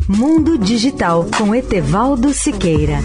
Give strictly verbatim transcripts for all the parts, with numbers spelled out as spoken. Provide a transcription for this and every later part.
Mundo Digital com Etevaldo Siqueira.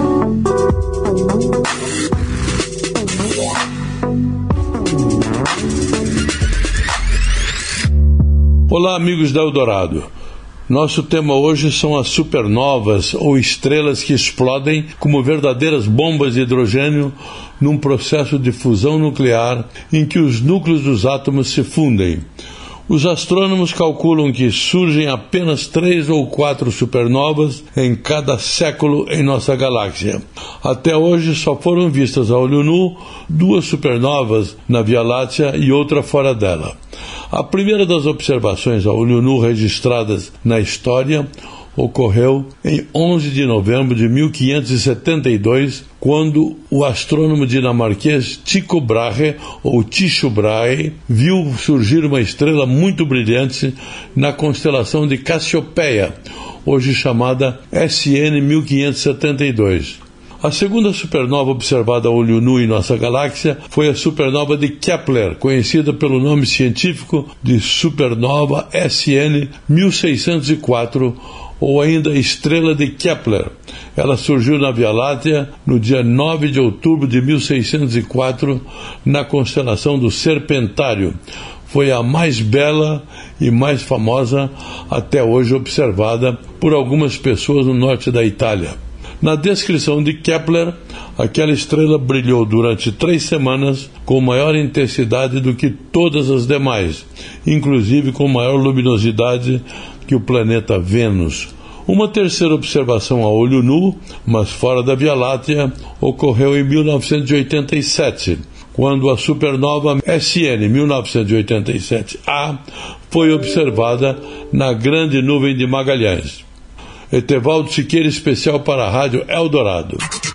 Olá, amigos da Eldorado. Nosso tema hoje são as supernovas ou estrelas que explodem como verdadeiras bombas de hidrogênio num processo de fusão nuclear em que os núcleos dos átomos se fundem. Os astrônomos calculam que surgem apenas três ou quatro supernovas em cada século em nossa galáxia. Até hoje só foram vistas a olho nu duas supernovas na Via Láctea e outra fora dela. A primeira das observações a olho nu registradas na história ocorreu em onze de novembro de mil quinhentos e setenta e dois, quando o astrônomo dinamarquês Tycho Brahe, ou Tycho Brahe, viu surgir uma estrela muito brilhante na constelação de Cassiopeia, hoje chamada S N mil quinhentos e setenta e dois. A segunda supernova observada a olho nu em nossa galáxia foi a supernova de Kepler, conhecida pelo nome científico de supernova S N mil seiscentos e quatro, ou ainda Estrela de Kepler. Ela surgiu na Via Láctea no dia nove de outubro de mil seiscentos e quatro, na constelação do Serpentário. Foi a mais bela e mais famosa até hoje observada por algumas pessoas no norte da Itália. Na descrição de Kepler, aquela estrela brilhou durante três semanas com maior intensidade do que todas as demais, inclusive com maior luminosidade que o planeta Vênus. Uma terceira observação a olho nu, mas fora da Via Láctea, ocorreu em mil novecentos e oitenta e sete, quando a supernova S N mil novecentos e oitenta e sete A foi observada na Grande Nuvem de Magalhães. Etevaldo Siqueira, especial para a Rádio Eldorado.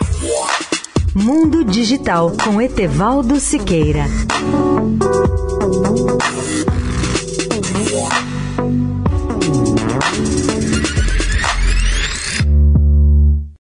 Mundo Digital com Etevaldo Siqueira.